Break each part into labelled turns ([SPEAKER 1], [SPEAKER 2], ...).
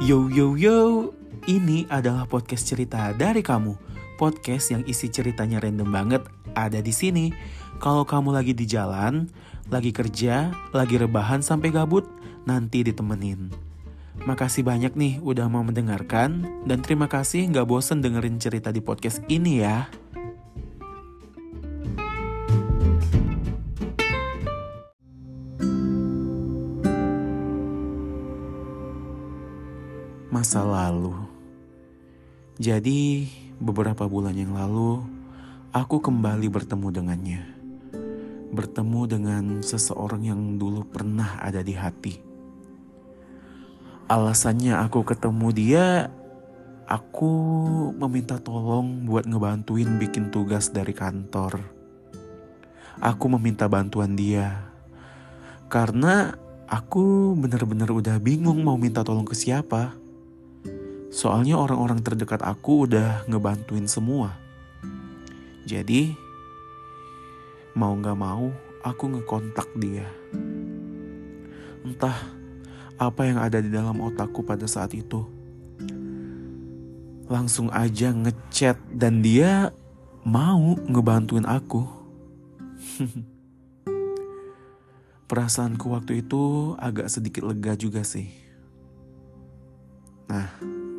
[SPEAKER 1] Yo yo yo, ini adalah podcast cerita dari kamu. Podcast yang isi ceritanya random banget ada di sini. Kalau kamu lagi di jalan, lagi kerja, lagi rebahan sampai gabut, nanti ditemenin. Makasih banyak nih udah mau mendengarkan, dan terima kasih gak bosen dengerin cerita di podcast ini ya. Masa lalu. Jadi, beberapa bulan yang lalu, aku kembali bertemu dengannya. Bertemu dengan seseorang yang dulu pernah ada di hati. Alasannya aku ketemu dia, aku meminta tolong buat ngebantuin bikin tugas dari kantor. Aku meminta bantuan dia, karena aku benar-benar udah bingung mau minta tolong ke siapa. Soalnya orang-orang terdekat aku udah ngebantuin semua. Jadi, mau gak mau, aku ngekontak dia. Entah apa yang ada di dalam otakku pada saat itu. Langsung aja ngechat dan dia mau ngebantuin aku. Perasaanku waktu itu agak sedikit lega juga sih. Nah,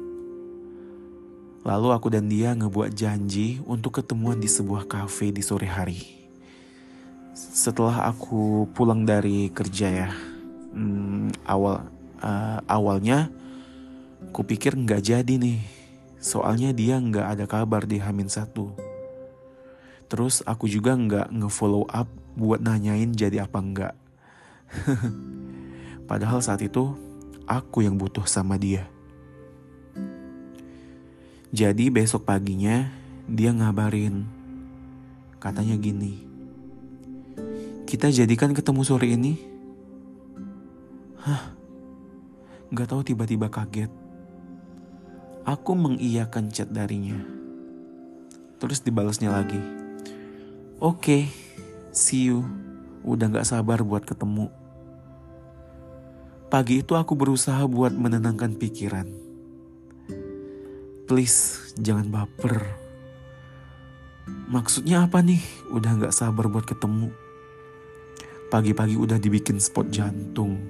[SPEAKER 1] lalu aku dan dia ngebuat janji untuk ketemuan di sebuah kafe di sore hari. Setelah aku pulang dari kerja ya, awalnya kupikir nggak jadi nih, soalnya dia nggak ada kabar di H-1. Terus aku juga nggak nge-follow up buat nanyain jadi apa enggak. Padahal saat itu aku yang butuh sama dia. Jadi besok paginya dia ngabarin, katanya gini, kita jadikan ketemu sore ini? Gak tahu tiba-tiba kaget. Aku mengiyakan chat darinya. Terus dibalasnya lagi, Oke, see you. Udah gak sabar buat ketemu. Pagi itu aku berusaha buat menenangkan pikiran. Please, jangan baper. Maksudnya apa nih? Udah gak sabar buat ketemu. Pagi-pagi udah dibikin spot jantung.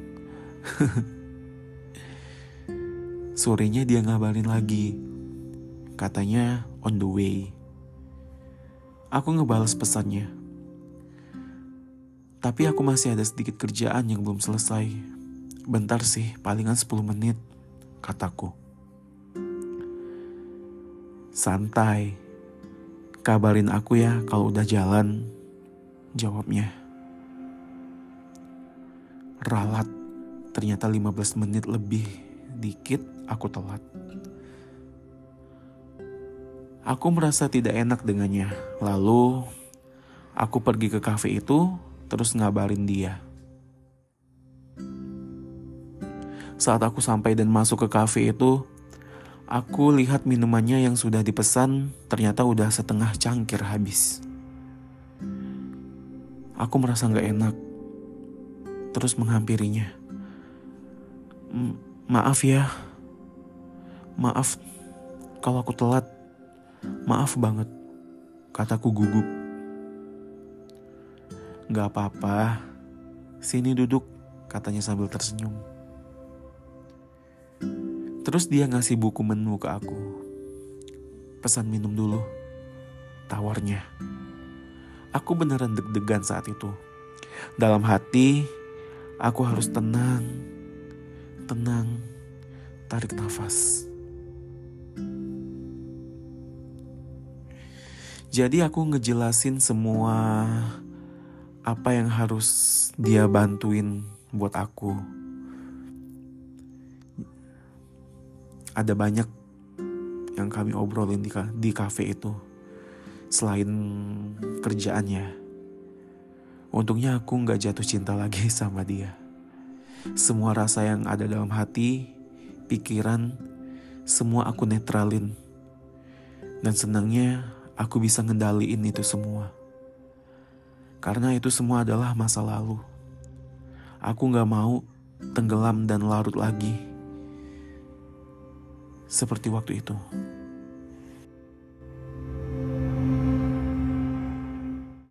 [SPEAKER 1] Sorenya dia ngabarin lagi. Katanya on the way. Aku ngebales pesannya. Tapi aku masih ada sedikit kerjaan yang belum selesai. Bentar sih, palingan 10 menit, kataku. Santai, kabarin aku ya kalau udah jalan, jawabnya. Ralat, ternyata 15 menit lebih dikit aku telat. Aku merasa tidak enak dengannya, lalu aku pergi ke kafe itu, terus ngabarin dia. Saat aku sampai dan masuk ke kafe itu, aku lihat minumannya yang sudah dipesan ternyata udah setengah cangkir habis. Aku merasa gak enak. Terus menghampirinya. Maaf ya. Maaf kalau aku telat. Maaf banget, kataku gugup. Gak apa-apa. Sini duduk, katanya sambil tersenyum. Terus dia ngasih buku menu ke aku. Pesan minum dulu, tawarnya. Aku beneran deg-degan saat itu. Dalam hati, aku harus tenang, tarik nafas. Jadi aku ngejelasin semua apa yang harus dia bantuin buat aku. Ada banyak yang kami obrolin di kafe itu selain kerjaannya. Untungnya aku gak jatuh cinta lagi sama dia. Semua rasa yang ada dalam hati, pikiran, semua aku netralin. Dan senangnya aku bisa ngendaliin itu semua. Karena itu semua adalah masa lalu. Aku gak mau tenggelam dan larut lagi. seperti waktu itu.